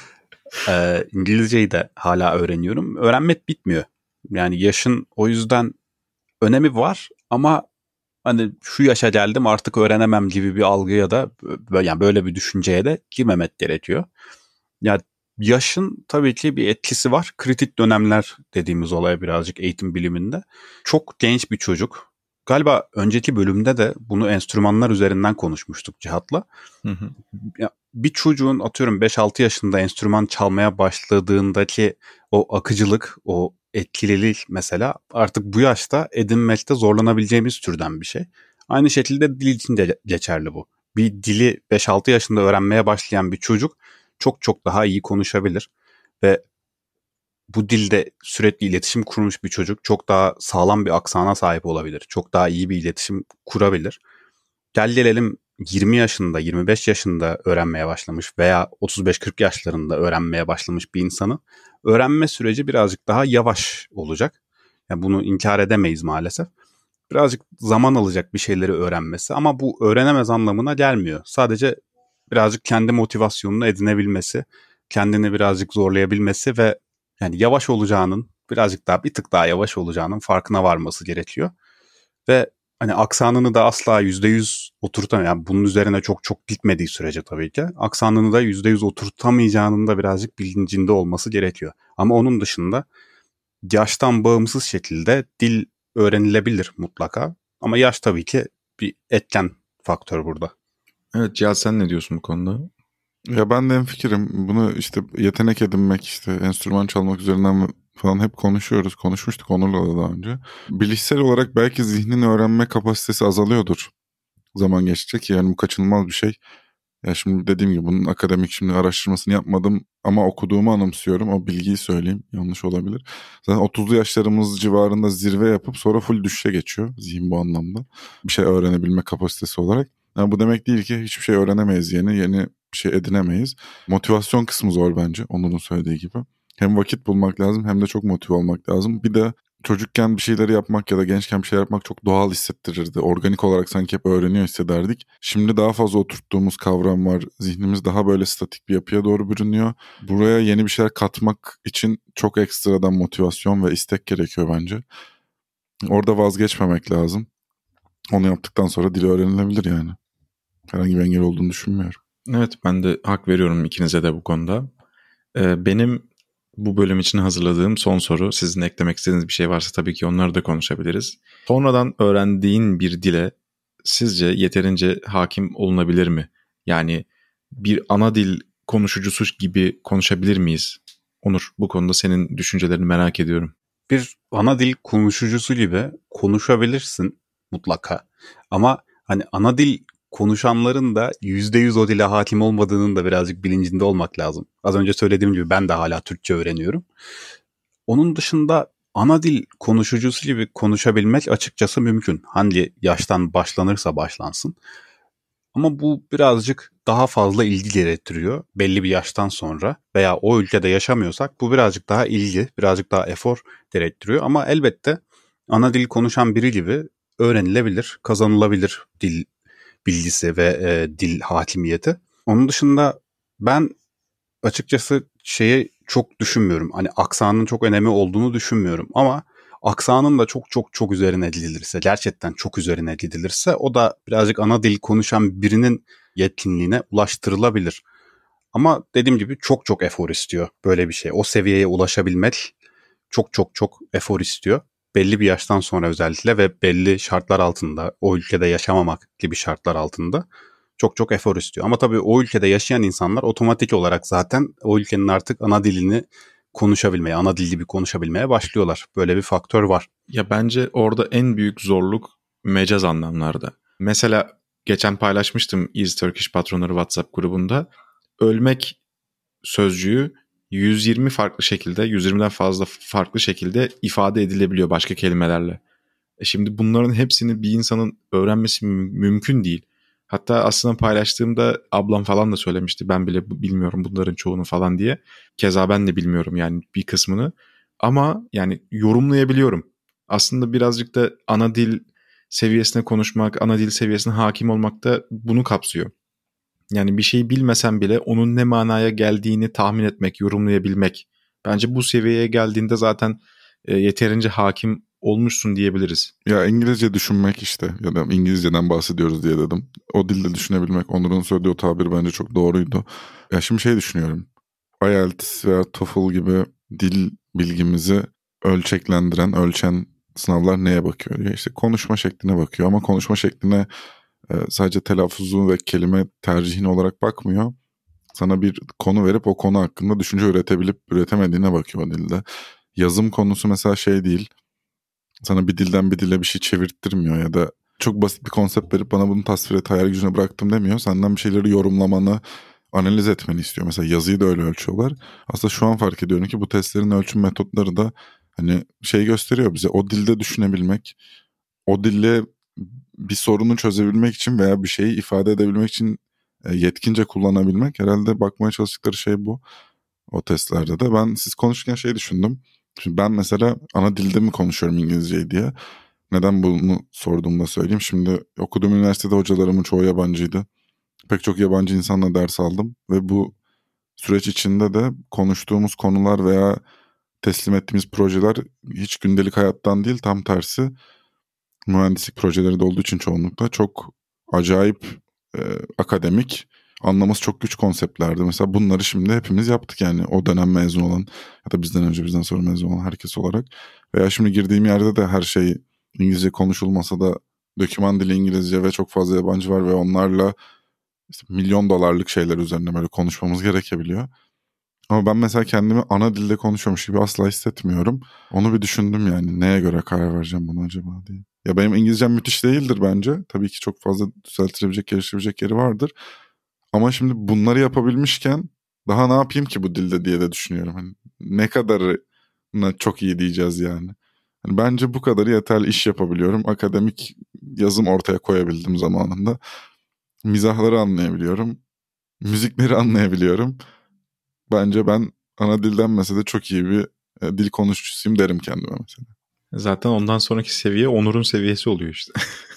İngilizceyi de hala öğreniyorum. Öğrenmek bitmiyor. Yani yaşın o yüzden önemi var ama hani şu yaşa geldim artık öğrenemem gibi bir algıya da yani böyle bir düşünceye de girmemek gerekiyor. Ya yaşın tabii ki bir etkisi var. Kritik dönemler dediğimiz olay birazcık eğitim biliminde. Çok genç bir çocuk. Galiba önceki bölümde de bunu enstrümanlar üzerinden konuşmuştuk Cihat'la. Ya bir çocuğun atıyorum 5-6 yaşında enstrüman çalmaya başladığındaki o akıcılık, o etkililik mesela artık bu yaşta edinmekte zorlanabileceğimiz türden bir şey. Aynı şekilde dil için de geçerli bu. Bir dili 5-6 yaşında öğrenmeye başlayan bir çocuk çok çok daha iyi konuşabilir ve bu dilde sürekli iletişim kurmuş bir çocuk çok daha sağlam bir aksana sahip olabilir. Çok daha iyi bir iletişim kurabilir. Gel gelelim 20 yaşında, 25 yaşında öğrenmeye başlamış veya 35-40 yaşlarında öğrenmeye başlamış bir insanın öğrenme süreci birazcık daha yavaş olacak. Yani bunu inkar edemeyiz maalesef. Birazcık zaman alacak bir şeyleri öğrenmesi ama bu öğrenemez anlamına gelmiyor. Sadece birazcık kendi motivasyonunu edinebilmesi, kendini birazcık zorlayabilmesi ve yani yavaş olacağının, birazcık daha bir tık daha yavaş olacağının farkına varması gerekiyor. Ve hani aksanını da asla %100 oturtamıyor. Yani bunun üzerine çok çok gitmediği sürece tabii ki. Aksanını da %100 oturtamayacağının da birazcık bilincinde olması gerekiyor. Ama onun dışında yaştan bağımsız şekilde dil öğrenilebilir mutlaka. Ama yaş tabii ki bir etken faktör burada. Evet Cihat, sen ne diyorsun bu konuda? Ya ben de hemfikirim. Bunu işte yetenek edinmek, işte enstrüman çalmak üzerinden falan hep konuşuyoruz. Konuşmuştuk Onur'la da daha önce. Bilişsel olarak belki zihnin öğrenme kapasitesi azalıyordur zaman geçtikçe ki yani bu kaçınılmaz bir şey. Ya şimdi dediğim gibi bunun akademik şimdi araştırmasını yapmadım ama okuduğumu anımsıyorum. O bilgiyi söyleyeyim. Yanlış olabilir. Zaten 30'lu yaşlarımız civarında zirve yapıp sonra full düşüşe geçiyor zihin bu anlamda. Bir şey öğrenebilme kapasitesi olarak. Yani bu demek değil ki hiçbir şey öğrenemeyiz, yeni bir şey edinemeyiz. Motivasyon kısmı zor bence Onur'un söylediği gibi. Hem vakit bulmak lazım hem de çok motive olmak lazım. Bir de çocukken bir şeyleri yapmak ya da gençken bir şey yapmak çok doğal hissettirirdi. Organik olarak sanki hep öğreniyor hissederdik. Şimdi daha fazla oturttuğumuz kavram var. Zihnimiz daha böyle statik bir yapıya doğru bürünüyor. Buraya yeni bir şeyler katmak için çok ekstradan motivasyon ve istek gerekiyor bence. Orada vazgeçmemek lazım. Onu yaptıktan sonra dil öğrenilebilir yani. Herhangi bir engel olduğunu düşünmüyorum. Evet, ben de hak veriyorum ikinize de bu konuda. Benim bu bölüm için hazırladığım son soru. Sizin eklemek istediğiniz bir şey varsa tabii ki onları da konuşabiliriz. Sonradan öğrendiğin bir dile sizce yeterince hakim olunabilir mi? Yani bir ana dil konuşucusu gibi konuşabilir miyiz? Onur, bu konuda senin düşüncelerini merak ediyorum. Bir ana dil konuşucusu gibi konuşabilirsin mutlaka. Ama hani ana dil konuşanların da %100 o dile hakim olmadığının da birazcık bilincinde olmak lazım. Az önce söylediğim gibi ben de hala Türkçe öğreniyorum. Onun dışında ana dil konuşucusu gibi konuşabilmek açıkçası mümkün. Hangi yaştan başlanırsa başlansın. Ama bu birazcık daha fazla ilgi gerektiriyor belli bir yaştan sonra veya o ülkede yaşamıyorsak bu birazcık daha ilgi, birazcık daha efor gerektiriyor. Ama elbette ana dil konuşan biri gibi öğrenilebilir, kazanılabilir dil bilgisi ve dil hakimiyeti. Onun dışında ben açıkçası şeyi çok düşünmüyorum. Hani aksanın çok önemi olduğunu düşünmüyorum ama aksanın da çok çok çok üzerine gidilirse, gerçekten çok üzerine gidilirse o da birazcık ana dil konuşan birinin yetkinliğine ulaştırılabilir. Ama dediğim gibi çok çok efor istiyor böyle bir şey. O seviyeye ulaşabilmek çok çok çok efor istiyor. Belli bir yaştan sonra özellikle ve belli şartlar altında, o ülkede yaşamamak gibi şartlar altında çok çok efor istiyor. Ama tabii o ülkede yaşayan insanlar otomatik olarak zaten o ülkenin artık ana dilini konuşabilmeye, ana dil gibi konuşabilmeye başlıyorlar. Böyle bir faktör var. Ya bence orada en büyük zorluk mecaz anlamlarda. Mesela geçen paylaşmıştım Easy Turkish patronları WhatsApp grubunda. Ölmek sözcüğü 120 farklı şekilde, 120'den fazla farklı şekilde ifade edilebiliyor başka kelimelerle. Şimdi bunların hepsini bir insanın öğrenmesi mümkün değil. Hatta aslında paylaştığımda ablam falan da söylemişti. Ben bile bilmiyorum bunların çoğunu falan diye. Keza ben de bilmiyorum yani bir kısmını. Ama yani yorumlayabiliyorum. Aslında birazcık da ana dil seviyesine konuşmak, ana dil seviyesine hakim olmak da bunu kapsıyor. Yani bir şeyi bilmesen bile onun ne manaya geldiğini tahmin etmek, yorumlayabilmek. Bence bu seviyeye geldiğinde zaten yeterince hakim olmuşsun diyebiliriz. Ya İngilizce düşünmek işte, ya da İngilizceden bahsediyoruz diye dedim. O dilde düşünebilmek, Onur'un söylediği o tabir bence çok doğruydu. Ya şimdi şey düşünüyorum. IELTS veya TOEFL gibi dil bilgimizi ölçen sınavlar neye bakıyor? Ya işte konuşma şekline bakıyor, ama konuşma şekline sadece telaffuzu ve kelime tercihin olarak bakmıyor. Sana bir konu verip o konu hakkında düşünce üretebilip üretemediğine bakıyor o dilde. Yazım konusu mesela şey değil. Sana bir dilden bir dile bir şey çevirttirmiyor ya da çok basit bir konsept verip bana bunu tasvir et, hayal gücüne bıraktım demiyor. Senden bir şeyleri yorumlamanı, analiz etmeni istiyor. Mesela yazıyı da öyle ölçüyorlar. Aslında şu an fark ediyorum ki bu testlerin ölçüm metotları da hani şey gösteriyor bize. O dilde düşünebilmek, o dille bir sorunu çözebilmek için veya bir şeyi ifade edebilmek için yetkince kullanabilmek. Herhalde bakmaya çalıştıkları şey bu. O testlerde de. Ben siz konuşurken şey düşündüm. Şimdi ben mesela ana dilde mi konuşuyorum İngilizceyi diye. Neden bunu sorduğumda söyleyeyim. Şimdi okuduğum üniversitede hocalarımın çoğu yabancıydı. Pek çok yabancı insanla ders aldım. Ve bu süreç içinde de konuştuğumuz konular veya teslim ettiğimiz projeler hiç gündelik hayattan değil, tam tersi mühendislik projeleri de olduğu için çoğunlukla çok acayip akademik, anlaması çok güç konseptlerdi. Mesela bunları şimdi hepimiz yaptık yani, o dönem mezun olan ya da bizden önce bizden sonra mezun olan herkes olarak. Veya şimdi girdiğim yerde de her şey İngilizce konuşulmasa da doküman dili İngilizce ve çok fazla yabancı var ve onlarla işte milyon dolarlık şeyler üzerine böyle konuşmamız gerekebiliyor. Ama ben mesela kendimi ana dilde konuşuyormuş gibi asla hissetmiyorum. Onu bir düşündüm yani, neye göre karar vereceğim buna acaba diye. Ya benim İngilizcem müthiş değildir bence. Tabii ki çok fazla düzeltilebilecek, geliştirebilecek yeri vardır. Ama şimdi bunları yapabilmişken daha ne yapayım ki bu dilde diye de düşünüyorum. Hani ne kadarına çok iyi diyeceğiz yani. Hani bence bu kadarı yeterli, iş yapabiliyorum. Akademik yazım ortaya koyabildim zamanında. Mizahları anlayabiliyorum. Müzikleri anlayabiliyorum. Bence ben ana dildenmese de çok iyi bir dil konuşucusuyum derim kendime mesela. Zaten ondan sonraki seviye Onur'un seviyesi oluyor işte.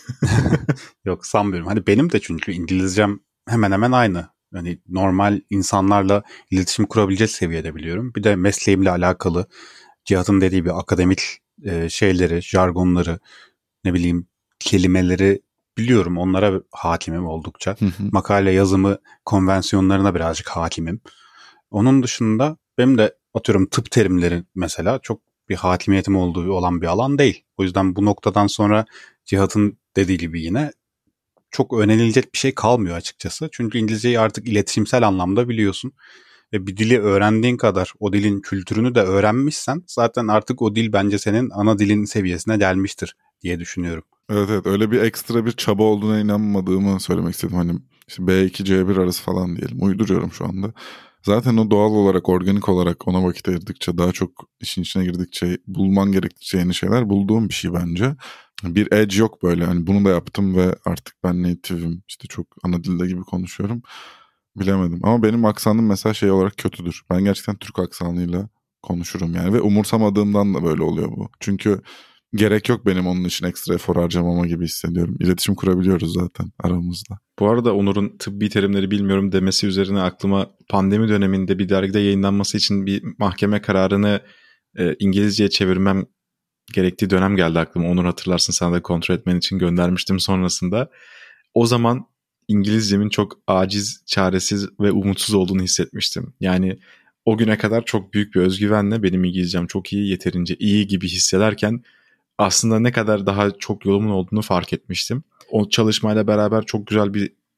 Yok sanmıyorum. Hani benim de çünkü İngilizcem hemen hemen aynı. Hani normal insanlarla iletişim kurabilecek seviyede biliyorum. Bir de mesleğimle alakalı Cihat'ın dediği bir akademik şeyleri, jargonları, ne bileyim kelimeleri biliyorum. Onlara hakimim oldukça. Makale yazımı konvansiyonlarına birazcık hakimim. Onun dışında benim de atıyorum tıp terimleri mesela çok bir hakimiyetim olduğu olan bir alan değil. O yüzden bu noktadan sonra Cihat'ın dediği gibi yine çok öğrenilecek bir şey kalmıyor açıkçası. Çünkü İngilizceyi artık iletişimsel anlamda biliyorsun. Ve bir dili öğrendiğin kadar o dilin kültürünü de öğrenmişsen zaten artık o dil bence senin ana dilin seviyesine gelmiştir diye düşünüyorum. Evet evet, öyle bir ekstra bir çaba olduğuna inanmadığımı söylemek istedim. Hani işte B2 C1 arası falan diyelim. Uyduruyorum şu anda. Zaten o doğal olarak, organik olarak ona vakit ayırdıkça, daha çok işin içine girdikçe, bulman gerektikçe yeni şeyler bulduğum bir şey bence. Bir edge yok böyle. Hani bunu da yaptım ve artık ben native'im, işte çok ana dilde gibi konuşuyorum. Bilemedim. Ama benim aksanım mesela şey olarak kötüdür. Ben gerçekten Türk aksanıyla konuşurum yani ve umursamadığımdan da böyle oluyor bu. Çünkü gerek yok benim onun için ekstra efor harcamama gibi hissediyorum. İletişim kurabiliyoruz zaten aramızda. Bu arada Onur'un tıbbi terimleri bilmiyorum demesi üzerine aklıma pandemi döneminde bir dergide yayınlanması için bir mahkeme kararını İngilizceye çevirmem gerektiği dönem geldi aklıma. Onur hatırlarsın, sana da kontrol etmen için göndermiştim sonrasında. O zaman İngilizcemin çok aciz, çaresiz ve umutsuz olduğunu hissetmiştim. Yani o güne kadar çok büyük bir özgüvenle benim İngilizcem çok iyi, yeterince iyi gibi hissederken aslında ne kadar daha çok yolumun olduğunu fark etmiştim. O çalışmayla beraber çok güzel bir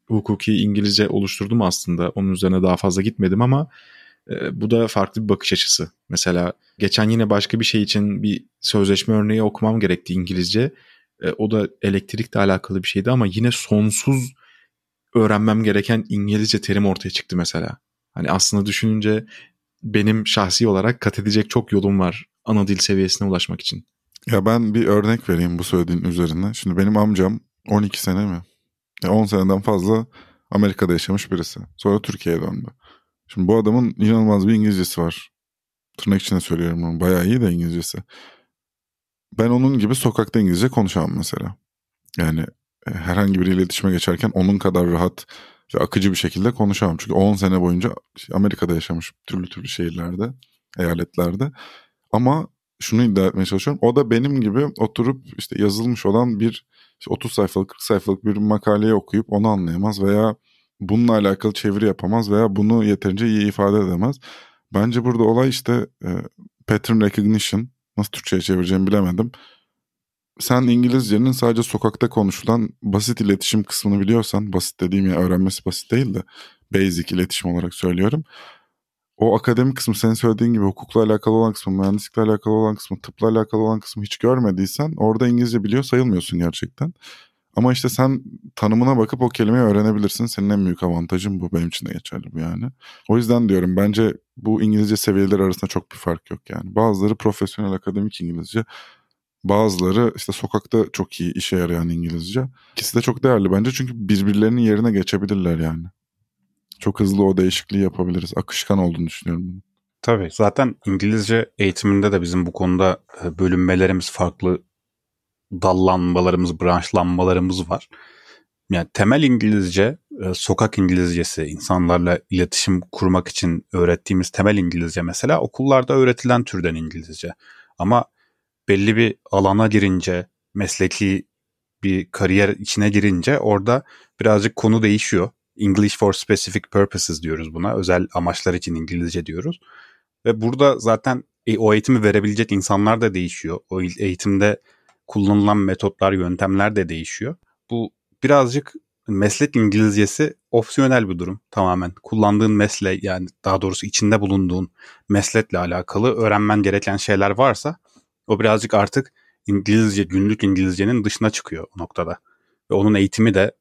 hukuki İngilizce oluşturdum aslında. Onun üzerine daha fazla gitmedim ama bu da farklı bir bakış açısı. Mesela geçen yine başka bir şey için bir sözleşme örneği okumam gerekti İngilizce. O da elektrikle alakalı bir şeydi ama yine sonsuz öğrenmem gereken İngilizce terim ortaya çıktı mesela. Hani aslında düşününce benim şahsi olarak kat edecek çok yolum var ana dil seviyesine ulaşmak için. Ya ben bir örnek vereyim bu söylediğin üzerine. Şimdi benim amcam 12 sene mi? 10 seneden fazla Amerika'da yaşamış birisi. Sonra Türkiye'ye döndü. Şimdi bu adamın inanılmaz bir İngilizcesi var. Tırnak içinde söylüyorum bunu. Bayağı iyi de İngilizcesi. Ben onun gibi sokakta İngilizce konuşamam mesela. Yani herhangi biriyle iletişime geçerken onun kadar rahat ve akıcı bir şekilde konuşamam. Çünkü 10 sene boyunca Amerika'da yaşamış türlü türlü şehirlerde, eyaletlerde. Ama şunu iddia etmeye çalışıyorum. O da benim gibi oturup işte yazılmış olan bir 30 sayfalık 40 sayfalık bir makaleyi okuyup onu anlayamaz veya bununla alakalı çeviri yapamaz veya bunu yeterince iyi ifade edemez. Bence burada olay işte pattern recognition. Nasıl Türkçe'ye çevireceğimi bilemedim. Sen İngilizcenin sadece sokakta konuşulan basit iletişim kısmını biliyorsan, basit dediğim ya öğrenmesi basit değil de basic iletişim olarak söylüyorum. O akademik kısmı senin söylediğin gibi hukukla alakalı olan kısmı, mühendislikle alakalı olan kısmı, tıpla alakalı olan kısmı hiç görmediysen orada İngilizce biliyor sayılmıyorsun gerçekten. Ama işte sen tanımına bakıp o kelimeyi öğrenebilirsin. Senin en büyük avantajın bu. Benim için de geçerli bu yani. O yüzden diyorum bence bu İngilizce seviyeleri arasında çok bir fark yok yani. Bazıları profesyonel akademik İngilizce. Bazıları işte sokakta çok iyi işe yarayan İngilizce. İkisi de çok değerli bence çünkü birbirlerinin yerine geçebilirler yani. Çok hızlı o değişikliği yapabiliriz. Akışkan olduğunu düşünüyorum bunu. Tabii zaten İngilizce eğitiminde de bizim bu konuda bölünmelerimiz farklı, dallanmalarımız, branşlanmalarımız var. Yani temel İngilizce, sokak İngilizcesi, insanlarla iletişim kurmak için öğrettiğimiz temel İngilizce mesela okullarda öğretilen türden İngilizce. Ama belli bir alana girince, mesleki bir kariyer içine girince orada birazcık konu değişiyor. English for specific purposes diyoruz buna. Özel amaçlar için İngilizce diyoruz. Ve burada zaten o eğitimi verebilecek insanlar da değişiyor. O eğitimde kullanılan metotlar, yöntemler de değişiyor. Bu birazcık meslek İngilizcesi opsiyonel bir durum tamamen. Kullandığın meslek, yani daha doğrusu içinde bulunduğun meslekle alakalı öğrenmen gereken şeyler varsa o birazcık artık İngilizce, günlük İngilizcenin dışına çıkıyor o noktada. Ve onun eğitimi de,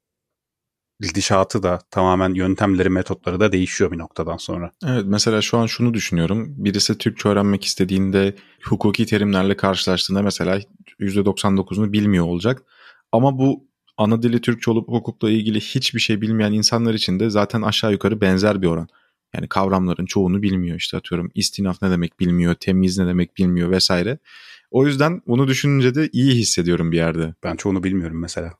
gidişatı da tamamen yöntemleri, metotları da değişiyor bir noktadan sonra. Evet, mesela şu an şunu düşünüyorum. Birisi Türkçe öğrenmek istediğinde hukuki terimlerle karşılaştığında mesela %99'unu bilmiyor olacak. Ama bu ana dili Türkçe olup hukukla ilgili hiçbir şey bilmeyen insanlar için de zaten aşağı yukarı benzer bir oran. Yani kavramların çoğunu bilmiyor, işte atıyorum istinaf ne demek bilmiyor, temyiz ne demek bilmiyor vesaire. O yüzden bunu düşününce de iyi hissediyorum bir yerde. Ben çoğunu bilmiyorum mesela.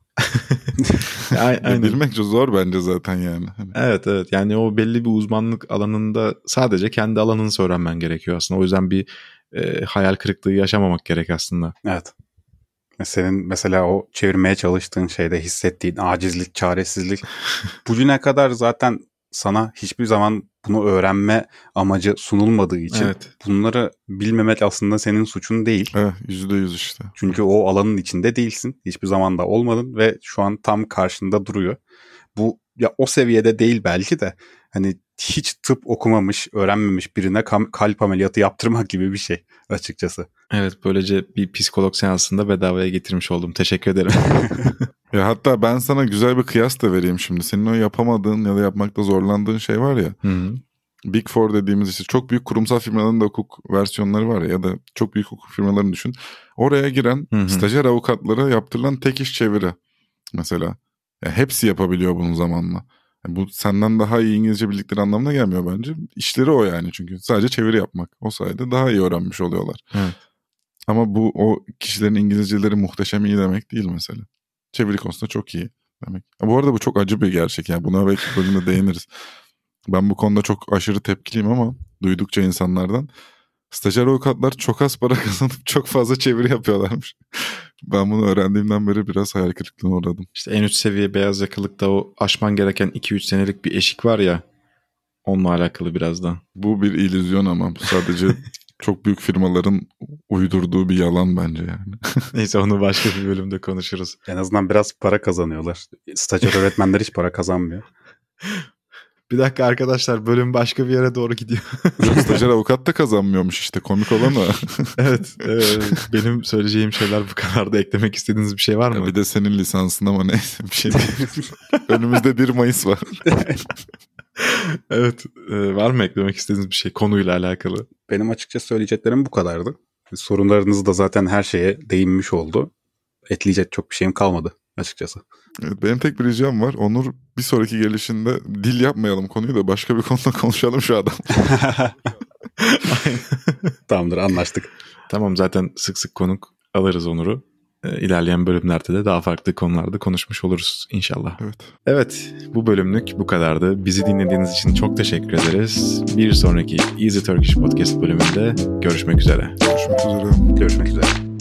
Aynen. Bilmek çok zor bence zaten yani. Evet yani o belli bir uzmanlık alanında sadece kendi alanını öğrenmen gerekiyor aslında. O yüzden bir hayal kırıklığı yaşamamak gerek aslında. Evet. Senin mesela o çevirmeye çalıştığın şeyde hissettiğin acizlik, çaresizlik bugüne kadar zaten sana hiçbir zaman bunu öğrenme amacı sunulmadığı için bunları bilmemek aslında senin suçun değil. Evet, %100 işte. Çünkü o alanın içinde değilsin. Hiçbir zaman da olmadın ve şu an tam karşında duruyor. Bu ya o seviyede değil belki de hani hiç tıp okumamış, öğrenmemiş birine kalp ameliyatı yaptırmak gibi bir şey açıkçası. Evet, böylece bir psikolog seansında bedavaya getirmiş oldum. Teşekkür ederim. Ya hatta ben sana güzel bir kıyas da vereyim şimdi. Senin o yapamadığın ya da yapmakta zorlandığın şey var ya. Hı-hı. Big Four dediğimiz işte çok büyük kurumsal firmaların da hukuk versiyonları var ya da çok büyük hukuk firmalarını düşün. Oraya giren stajyer avukatlara yaptırılan tek iş çeviri mesela. Ya hepsi yapabiliyor bunun zamanla. Yani bu senden daha iyi İngilizce bildikleri anlamına gelmiyor bence. İşleri o yani çünkü sadece çeviri yapmak. O sayede daha iyi öğrenmiş oluyorlar. Evet. Ama bu o kişilerin İngilizceleri muhteşem iyi demek değil mesela. Çeviri konusunda çok iyi demek. Bu arada bu çok acı bir gerçek yani buna belki bölümde değiniriz. Ben bu konuda çok aşırı tepkiliyim ama duydukça insanlardan stajyer avukatlar çok az para kazanıp çok fazla çeviri yapıyorlarmış. Ben bunu öğrendiğimden beri biraz hayal kırıklığına uğradım. İşte en üst seviye beyaz yakalıkta o aşman gereken 2-3 senelik bir eşik var ya, onunla alakalı biraz da. Bu bir illüzyon ama bu sadece çok büyük firmaların uydurduğu bir yalan bence yani. Neyse onu başka bir bölümde konuşuruz. En azından biraz para kazanıyorlar. Stajyer öğretmenler hiç para kazanmıyor. Bir dakika arkadaşlar, bölüm başka bir yere doğru gidiyor. Stajyer avukat da kazanmıyormuş işte, komik olan o. Evet, benim söyleyeceğim şeyler bu kadar. Da eklemek istediğiniz bir şey var mı? Ya bir de senin lisansın ama neyse, bir şey değil. Önümüzde 1 Mayıs var. Evet, var mı eklemek istediğiniz bir şey konuyla alakalı? Benim açıkça söyleyeceklerim bu kadardı. Sorunlarınız da zaten her şeye değinmiş oldu. Ekleyecek çok bir şeyim kalmadı açıkçası. Evet, benim tek bir ricam var. Onur, bir sonraki gelişinde dil yapmayalım konuyu da başka bir konuda konuşalım şu adam. Tamamdır, anlaştık. Tamam, zaten sık sık konuk alırız Onur'u. İlerleyen bölümlerde de daha farklı konularda konuşmuş oluruz inşallah. Evet, bu bölümlük bu kadardı. Bizi dinlediğiniz için çok teşekkür ederiz. Bir sonraki Easy Turkish Podcast bölümünde görüşmek üzere. Görüşmek üzere. Görüşmek üzere.